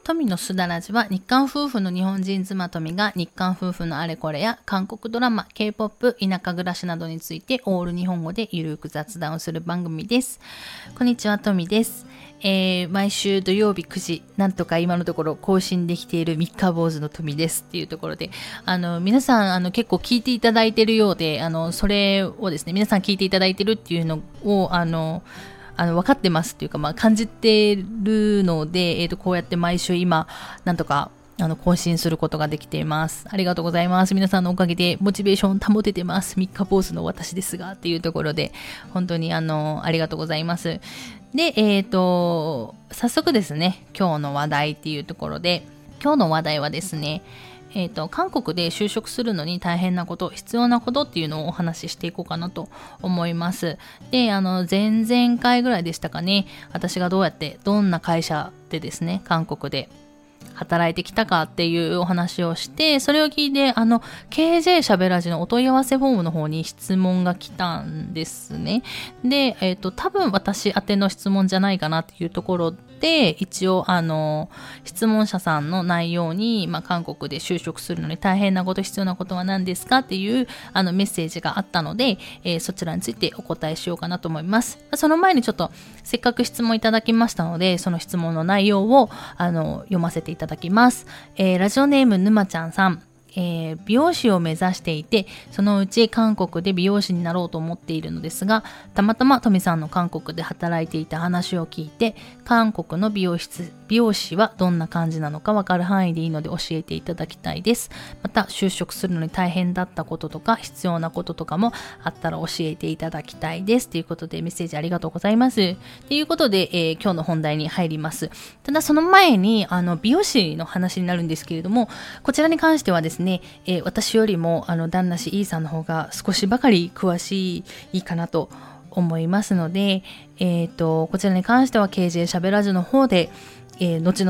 富のすだらじは日韓夫婦の日本人妻富が日韓夫婦のあれこれや韓国ドラマ、K-POP、田舎暮らしなどについてオール日本語でゆるく雑談をする番組です。こんにちは、富です。毎週土曜日9時、なんとか今のところ更新できている三日坊主の富ですっていうところで、皆さん結構聞いていただいているようで、それをですね、皆さん聞いていただいているっていうのを、分かってますっていうか、感じてるので、こうやって毎週今、なんとか、更新することができています。ありがとうございます。皆さんのおかげでモチベーション保ててます。三日坊主の私ですが、っていうところで、本当にありがとうございます。で、早速ですね、今日の話題っていうところで、今日の話題はですね、韓国で就職するのに大変なこと、必要なことっていうのをお話ししていこうかなと思います。で、前々回ぐらいでしたかね、私がどんな会社でですね、韓国で働いてきたかっていうお話をして、それを聞いて、KJ しゃべらじのお問い合わせフォームの方に質問が来たんですね。で、多分私宛ての質問じゃないかなっていうところで、一応、質問者さんの内容に、韓国で就職するのに大変なこと、必要なことは何ですかっていう、メッセージがあったので、そちらについてお答えしようかなと思います。その前にちょっと、せっかく質問いただきましたので、その質問の内容を、読ませていただきます。ラジオネームぬまちゃんさん。美容師を目指していて、そのうち韓国で美容師になろうと思っているのですが、たまたま富さんの韓国で働いていた話を聞いて、韓国の美容師はどんな感じなのかわかる範囲でいいので教えていただきたいです。また就職するのに大変だったこととか必要なこととかもあったら教えていただきたいですということで、メッセージありがとうございます。ということで、今日の本題に入ります。ただその前に美容師の話になるんですけれども、こちらに関してはですね、私よりも旦那氏 E さんの方が少しばかり詳しいかなと思いますので、こちらに関しては KJ しゃべらずの方で、後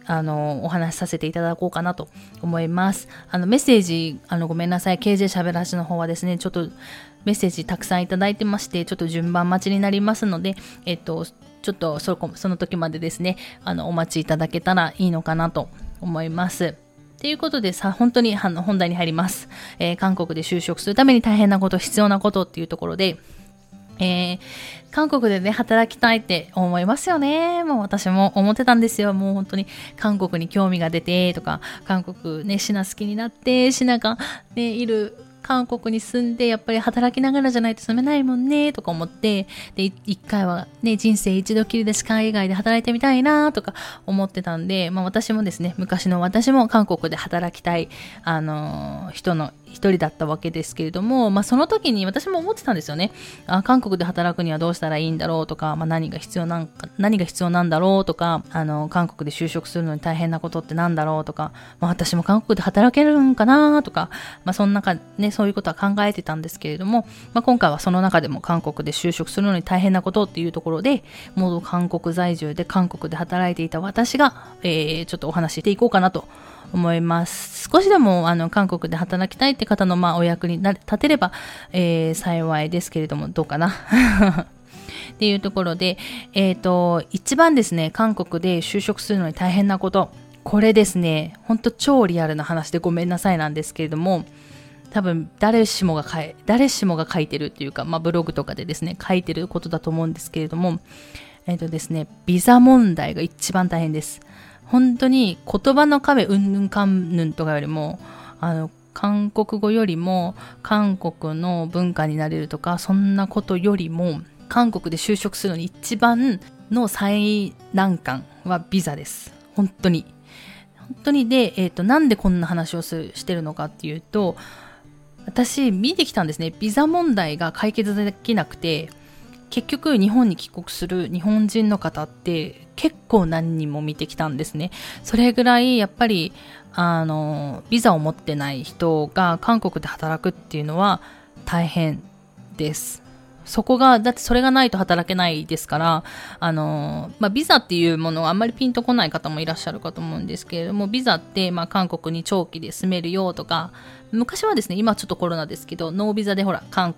々お話しさせていただこうかなと思います。メッセージごめんなさい、 KJ しゃべらずの方はですね、ちょっとメッセージたくさんいただいてまして、ちょっと順番待ちになりますので、ちょっとその時までですね、お待ちいただけたらいいのかなと思います。ということで本当に本題に入ります。韓国で就職するために大変なこと、必要なことっていうところで、韓国でね、働きたいって思いますよね。もう私も思ってたんですよ。もう本当に韓国に興味が出てとか、韓国ね、シナ好きになって、シナがね、いる韓国に住んでやっぱり働きながらじゃないと住めないもんねとか思って、で一回はね、人生一度きりでしか海外で働いてみたいなとか思ってたんで、私もですね、昔の私も韓国で働きたい人の一人だったわけですけれども、その時に私も思ってたんですよね。韓国で働くにはどうしたらいいんだろうとか、何が必要なんだろうとか、韓国で就職するのに大変なことってなんだろうとか、私も韓国で働けるんかなとか、その中ね、そういうことは考えてたんですけれども、今回はその中でも韓国で就職するのに大変なことっていうところで、もう韓国在住で韓国で働いていた私が、ちょっとお話ししていこうかなと思います。少しでも韓国で働きたいって方のお役に立てれば、幸いですけれども、どうかなっていうところで、一番ですね、韓国で就職するのに大変なこと、これですね、ほんと超リアルな話でごめんなさいなんですけれども、多分誰しもが書いてるっていうか、ブログとかでですね、書いてることだと思うんですけれども、ですね、ビザ問題が一番大変です。本当に言葉の壁うんぬんかんぬんとかよりも、韓国語よりも韓国の文化になれるとか、そんなことよりも韓国で就職するのに一番の最難関はビザです。本当にで、なんでこんな話をしてるのかっていうと、私見てきたんですね。ビザ問題が解決できなくて、結局日本に帰国する日本人の方って結構何人も見てきたんですね。それぐらいやっぱりビザを持ってない人が韓国で働くっていうのは大変です。だってそれがないと働けないですから、ビザっていうものはあんまりピンとこない方もいらっしゃるかと思うんですけれども、ビザって、韓国に長期で住めるよとか、昔はですね、今ちょっとコロナですけど、ノービザで韓国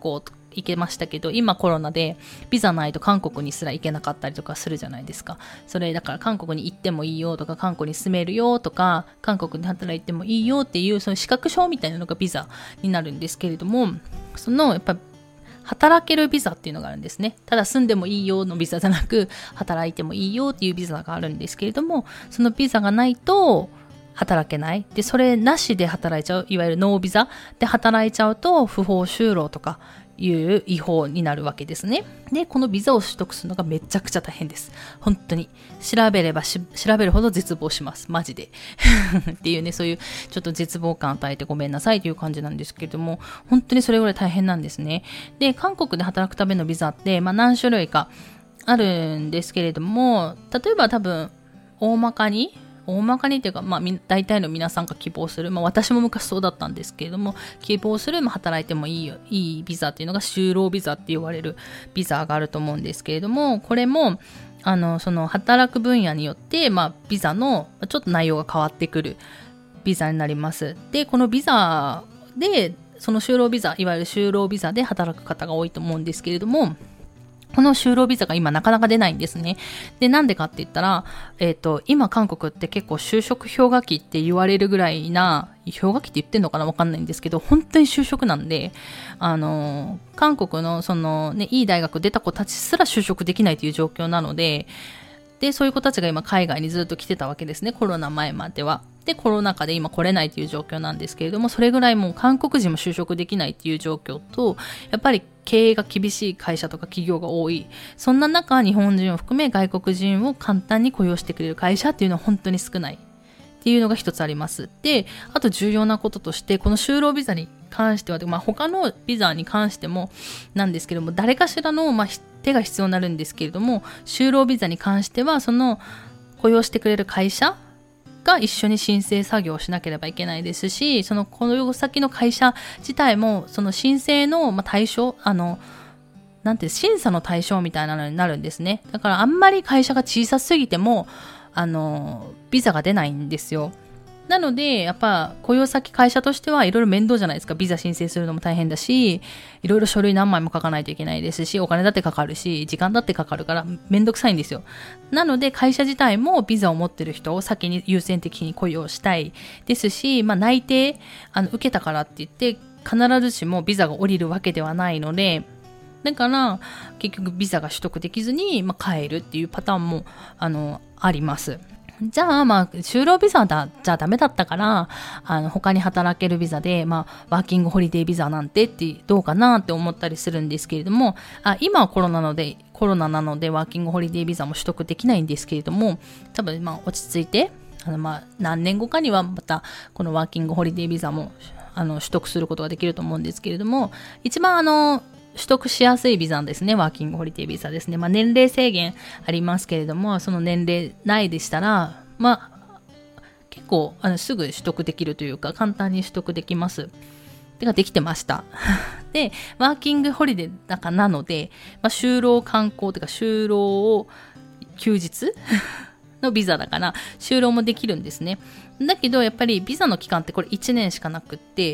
行けましたけど、今コロナでビザないと韓国にすら行けなかったりとかするじゃないですか。それだから韓国に行ってもいいよとか、韓国に住めるよとか、韓国で働いてもいいよっていう、その資格証みたいなのがビザになるんですけれども、そのやっぱ働けるビザっていうのがあるんですね。ただ住んでもいいよのビザじゃなく、働いてもいいよっていうビザがあるんですけれども、そのビザがないと働けない。で、それなしで働いちゃう、いわゆるノービザで働いちゃうと、不法就労とかいう違法になるわけですね。で、このビザを取得するのがめちゃくちゃ大変です。本当に。調べれば調べるほど絶望します。マジで。っていうね、そういうちょっと絶望感与えてごめんなさいという感じなんですけれども、本当にそれぐらい大変なんですね。で、韓国で働くためのビザって、何種類かあるんですけれども、例えば多分、大まかにっていうか、大体の皆さんが希望する、私も昔そうだったんですけれども、希望する、働いてもいいビザっていうのが就労ビザって言われるビザがあると思うんですけれども、これも、その働く分野によって、ビザのちょっと内容が変わってくるビザになります。で、このビザで、その就労ビザ、いわゆる就労ビザで働く方が多いと思うんですけれども、この就労ビザが今なかなか出ないんですね。で、なんでかって言ったら、今韓国って結構就職氷河期って言われるぐらいな、氷河期って言ってんのかなわかんないんですけど、本当に就職なんで、韓国のそのね、いい大学出た子たちすら就職できないという状況なので、で、そういう子たちが今海外にずっと来てたわけですね、コロナ前までは。で、コロナ禍で今来れないという状況なんですけれども、それぐらいもう韓国人も就職できないっていう状況と、やっぱり経営が厳しい会社とか企業が多い。そんな中、日本人を含め外国人を簡単に雇用してくれる会社っていうのは本当に少ない。っていうのが一つあります。で、あと重要なこととして、この就労ビザに関しては、他のビザに関してもなんですけども、誰かしらの、手が必要になるんですけれども、就労ビザに関しては、その雇用してくれる会社が一緒に申請作業をしなければいけないですし、その雇用先の会社自体も、その申請の対象、審査の対象みたいなのになるんですね。だからあんまり会社が小さすぎても、ビザが出ないんですよ。なので、やっぱ雇用先会社としてはいろいろ面倒じゃないですか。ビザ申請するのも大変だし、いろいろ書類何枚も書かないといけないですし、お金だってかかるし、時間だってかかるからめんどくさいんですよ。なので、会社自体もビザを持ってる人を先に優先的に雇用したいですし、内定、受けたからって言って、必ずしもビザが下りるわけではないので、だから、結局ビザが取得できずに、帰るっていうパターンも、あります。じゃあ、就労ビザじゃダメだったから、他に働けるビザで、ワーキングホリデービザなんてどうかなって思ったりするんですけれども、今はコロナなのでワーキングホリデービザも取得できないんですけれども、多分落ち着いて、何年後かにはまた、このワーキングホリデービザも、取得することができると思うんですけれども、一番取得しやすいビザですね。ワーキングホリデービザですね。年齢制限ありますけれども、その年齢内でしたら、結構すぐ取得できるというか、簡単に取得できます。できてました。で、ワーキングホリデーなので、就労観光というか、就労休日のビザだから、就労もできるんですね。だけど、やっぱりビザの期間ってこれ1年しかなくって、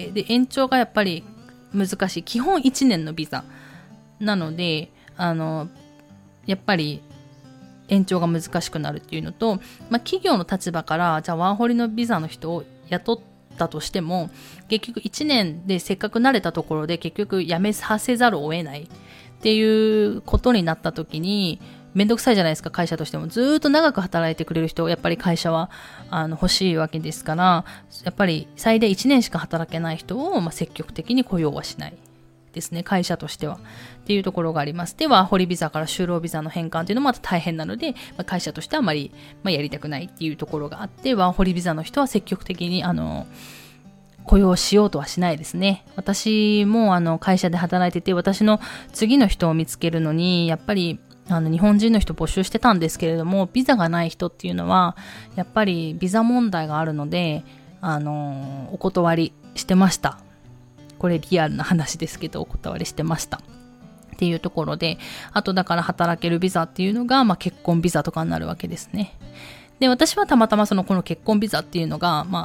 で、延長がやっぱり難しい。基本1年のビザなので、やっぱり延長が難しくなるっていうのと、企業の立場から、じゃあワーホリのビザの人を雇ったとしても、結局1年でせっかく慣れたところで結局辞めさせざるを得ないっていうことになった時に、めんどくさいじゃないですか、会社としても。ずーっと長く働いてくれる人をやっぱり会社は欲しいわけですから、やっぱり最大1年しか働けない人を積極的に雇用はしないですね、会社としては。っていうところがあります。では、ホリビザから就労ビザの変換っていうのもまた大変なので、会社としてはあまり、やりたくないっていうところがあって、ワーホリビザの人は積極的に雇用しようとはしないですね。私も会社で働いてて、私の次の人を見つけるのに、やっぱり日本人の人募集してたんですけれども、ビザがない人っていうのは、やっぱりビザ問題があるので、お断りしてました。これリアルな話ですけど、お断りしてました。っていうところで、あとだから働けるビザっていうのが、結婚ビザとかになるわけですね。で、私はたまたまこの結婚ビザっていうのが、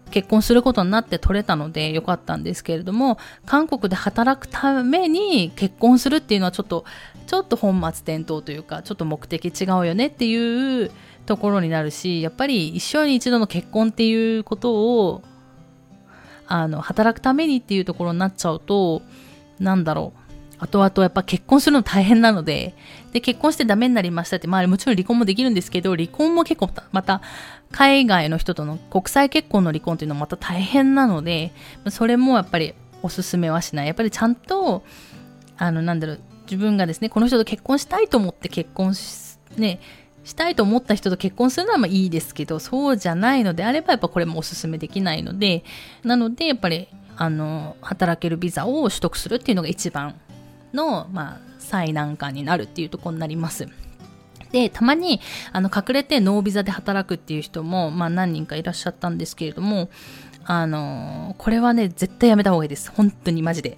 結婚することになって取れたのでよかったんですけれども、韓国で働くために結婚するっていうのはちょっと本末転倒というか、ちょっと目的違うよねっていうところになるし、やっぱり一生に一度の結婚っていうことを働くためにっていうところになっちゃうと、後々やっぱ結婚するの大変なので、結婚してダメになりましたって、もちろん離婚もできるんですけど、離婚も結構また海外の人との国際結婚の離婚っていうのはまた大変なので、それもやっぱりおすすめはしない。やっぱりちゃんと、自分がですね、この人と結婚したいと思ってしたいと思った人と結婚するのはいいですけど、そうじゃないのであればやっぱこれもおすすめできないので、なのでやっぱり働けるビザを取得するっていうのが一番の、最難関になるっていうところになります。で、たまに隠れてノービザで働くっていう人も、何人かいらっしゃったんですけれども、これはね、絶対やめた方がいいです。本当にマジで。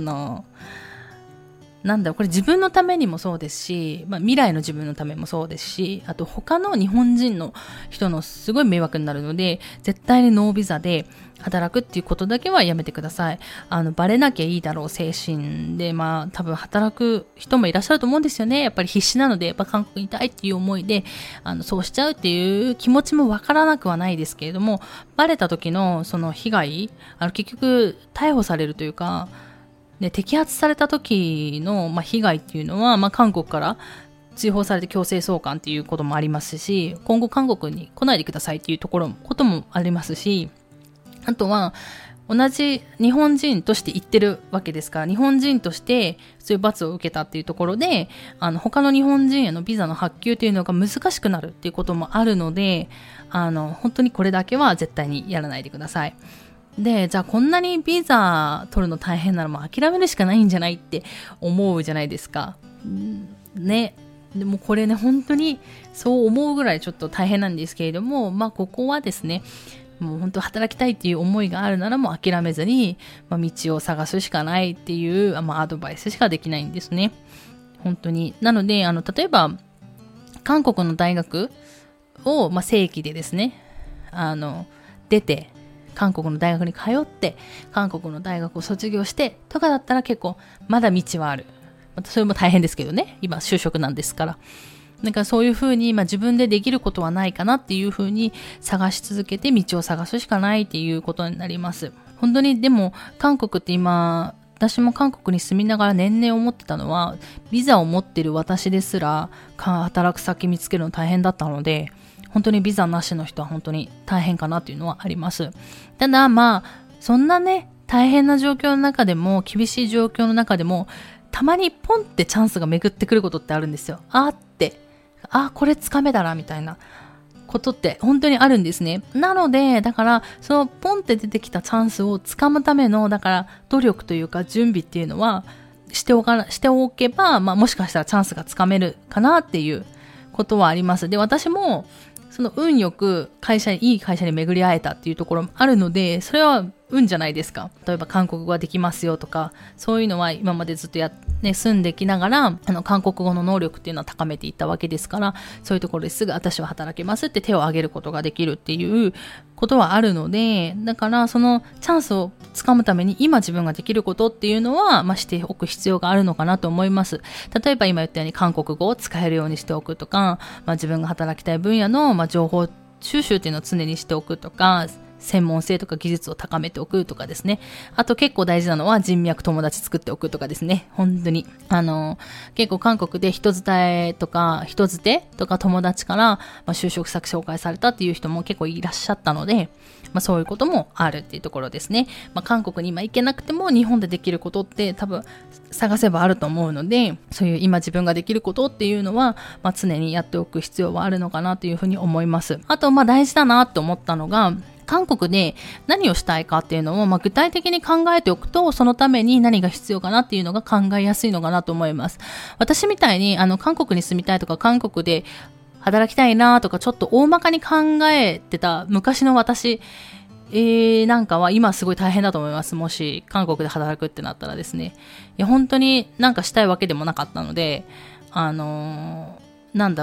これ自分のためにもそうですし、未来の自分のためもそうですし、あと他の日本人の人のすごい迷惑になるので、絶対にノービザで働くっていうことだけはやめてください。バレなきゃいいだろう精神で、多分働く人もいらっしゃると思うんですよね。やっぱり必死なので、やっぱ韓国にいたいっていう思いで、そうしちゃうっていう気持ちもわからなくはないですけれども、バレた時のその被害、結局逮捕されるというか、摘発された時の、被害っていうのは、韓国から追放されて強制送還っていうこともありますし、今後韓国に来ないでくださいっていうこともありますし、あとは同じ日本人として行ってるわけですから、日本人としてそういう罰を受けたっていうところで、他の日本人へのビザの発給っていうのが難しくなるっていうこともあるので、本当にこれだけは絶対にやらないでください。で、じゃあこんなにビザ取るの大変ならもう諦めるしかないんじゃないって思うじゃないですか。ね。でもこれね、本当にそう思うぐらいちょっと大変なんですけれども、ここはですね、もう本当働きたいっていう思いがあるならもう諦めずに、道を探すしかないっていう、アドバイスしかできないんですね。本当に。なので、例えば、韓国の大学を、正規でですね、出て、韓国の大学に通って、韓国の大学を卒業してとかだったら結構まだ道はある。またそれも大変ですけどね。今就職なんですから。なんかそういうふうに、自分でできることはないかなっていうふうに探し続けて道を探すしかないっていうことになります。本当にでも韓国って今、私も韓国に住みながら年々思ってたのは、ビザを持ってる私ですら働く先見つけるの大変だったので、本当にビザなしの人は本当に大変かなっていうのはあります。ただそんなね、大変な状況の中でも、厳しい状況の中でも、たまにポンってチャンスが巡ってくることってあるんですよ。これつかめたらみたいなことって本当にあるんですね。なので、だからそのポンって出てきたチャンスをつかむための、だから努力というか準備っていうのはしておけば、もしかしたらチャンスがつかめるかなっていうことはあります。で、私もその運よくいい会社に巡り会えたっていうところもあるので、それは運じゃないですか。例えば韓国語ができますよとか、そういうのは今までずっと住んできながら、韓国語の能力っていうのは高めていったわけですから、そういうところですぐ私は働けますって手を挙げることができるっていうことはあるので、だからそのチャンスをつかむために今自分ができることっていうのは、しておく必要があるのかなと思います。例えば今言ったように韓国語を使えるようにしておくとか、自分が働きたい分野の、情報収集っていうのを常にしておくとか、専門性とか技術を高めておくとかですね。あと結構大事なのは人脈友達作っておくとかですね。本当に。結構韓国で人づてとか友達から、就職先紹介されたっていう人も結構いらっしゃったので、そういうこともあるっていうところですね。韓国に今行けなくても日本でできることって多分探せばあると思うので、そういう今自分ができることっていうのは、常にやっておく必要はあるのかなというふうに思います。あと、大事だなと思ったのが、韓国で何をしたいかっていうのを、具体的に考えておくと、そのために何が必要かなっていうのが考えやすいのかなと思います。私みたいに韓国に住みたいとか韓国で働きたいなとかちょっと大まかに考えてた昔の私、なんかは今すごい大変だと思います。もし韓国で働くってなったらですね。本当になんかしたいわけでもなかったので、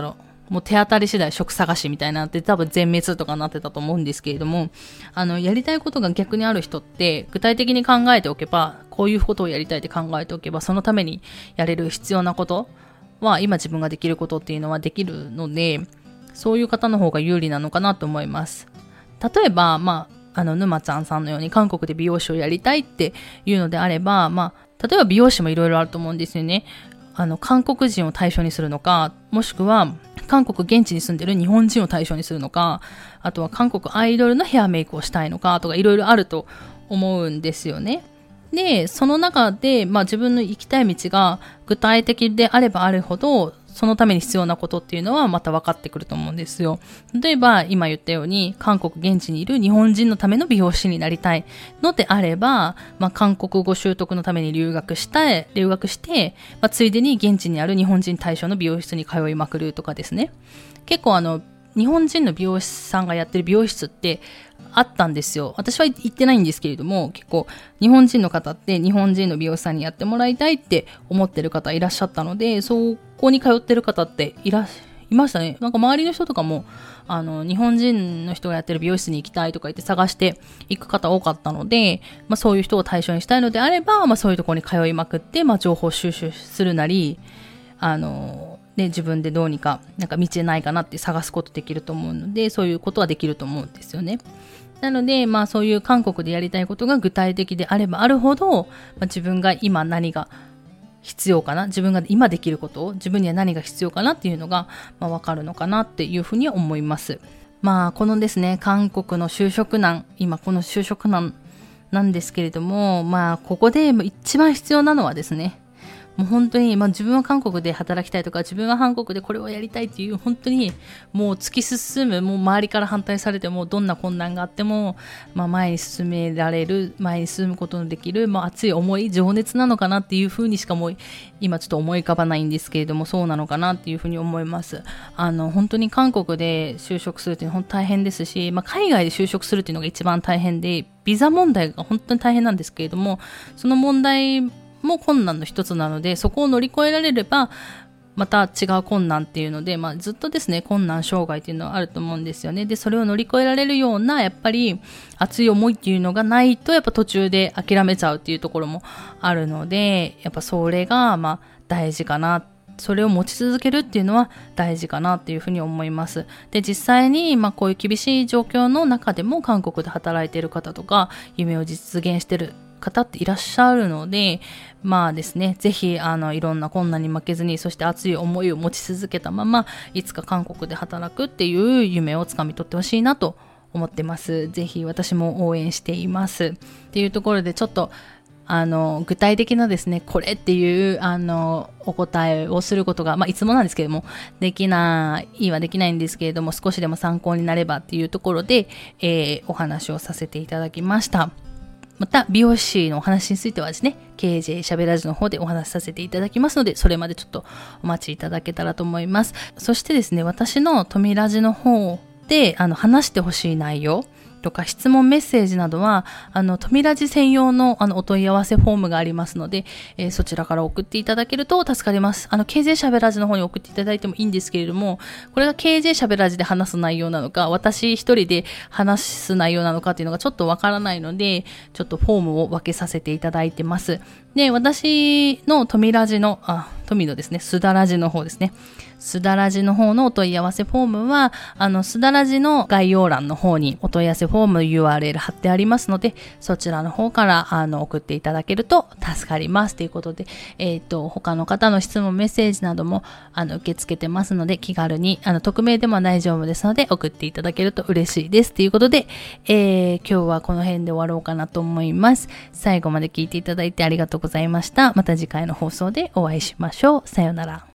もう手当たり次第職探しみたいになって多分全滅とかなってたと思うんですけれども、やりたいことが逆にある人って具体的に考えておけば、こういうことをやりたいって考えておけば、そのためにやれる必要なことは今自分ができることっていうのはできるので、そういう方の方が有利なのかなと思います。例えば、沼ちゃんさんのように韓国で美容師をやりたいっていうのであれば、例えば美容師もいろいろあると思うんですよね。韓国人を対象にするのか、もしくは韓国現地に住んでる日本人を対象にするのか、あとは韓国アイドルのヘアメイクをしたいのかとかいろいろあると思うんですよね。で、その中で、自分の行きたい道が具体的であればあるほど、そのために必要なことっていうのはまた分かってくると思うんですよ。例えば、今言ったように、韓国現地にいる日本人のための美容師になりたいのであれば、韓国語習得のために留学して、ついでに現地にある日本人対象の美容室に通いまくるとかですね。結構日本人の美容師さんがやってる美容室ってあったんですよ。私は行ってないんですけれども、結構日本人の方って日本人の美容師さんにやってもらいたいって思ってる方いらっしゃったので、そこに通ってる方っていましたね。なんか周りの人とかも日本人の人がやってる美容室に行きたいとか言って探して行く方多かったので、そういう人を対象にしたいのであれば、そういうところに通いまくって、情報収集するなり、自分でどうにか道ないかなって探すことできると思うので、そういうことはできると思うんですよね。なので、そういう韓国でやりたいことが具体的であればあるほど、自分が今何が必要かな、自分が今できることを、自分には何が必要かなっていうのが、わかるのかなっていうふうには思います。このですね、韓国の就職難、今この就職難なんですけれども、ここで一番必要なのはですね、もう本当に、自分は韓国で働きたいとか、自分は韓国でこれをやりたいっていう、本当にもう突き進む、もう周りから反対されても、どんな困難があっても、前に進められる、前に進むことのできる、熱い思い、情熱なのかなっていうふうにしかもう、今ちょっと思い浮かばないんですけれども、そうなのかなっていうふうに思います。本当に韓国で就職するっていうのは本当大変ですし、海外で就職するっていうのが一番大変で、ビザ問題が本当に大変なんですけれども、その問題も困難の一つなので、そこを乗り越えられればまた違う困難っていうので、ずっとですね、困難障害っていうのはあると思うんですよね。で、それを乗り越えられるようなやっぱり熱い思いっていうのがないと、やっぱ途中で諦めちゃうっていうところもあるので、やっぱそれが大事かな、それを持ち続けるっていうのは大事かなっていうふうに思います。で、実際にこういう厳しい状況の中でも韓国で働いている方とか、夢を実現している方っていらっしゃるので、ですね、ぜひいろんな困難に負けずに、そして熱い思いを持ち続けたまま、いつか韓国で働くっていう夢をつかみ取ってほしいなと思ってます。ぜひ私も応援していますっていうところで、ちょっと具体的なですね、これっていうお答えをすることが、いつもなんですけれども、できないんですけれども、少しでも参考になればっていうところで、お話をさせていただきました。また、美容師のお話についてはですね、KJ しゃべらじの方でお話しさせていただきますので、それまでちょっとお待ちいただけたらと思います。そしてですね、私のトミラジの方で話してほしい内容とか質問メッセージなどはトミラジ専用のお問い合わせフォームがありますので、そちらから送っていただけると助かります。KJ しゃべらじの方に送っていただいてもいいんですけれども、これが KJ しゃべらじで話す内容なのか、私一人で話す内容なのかっていうのがちょっとわからないので、ちょっとフォームを分けさせていただいてます。で、私のトミラジのトミのですね、スダラジの方ですね。スダラジの方のお問い合わせフォームは、スダラジの概要欄の方にお問い合わせフォーム URL 貼ってありますので、そちらの方から送っていただけると助かりますということで、他の方の質問メッセージなども受け付けてますので、気軽に匿名でも大丈夫ですので送っていただけると嬉しいですということで、今日はこの辺で終わろうかなと思います。最後まで聞いていただいてありがとうございました。また次回の放送でお会いしましょう。さようなら。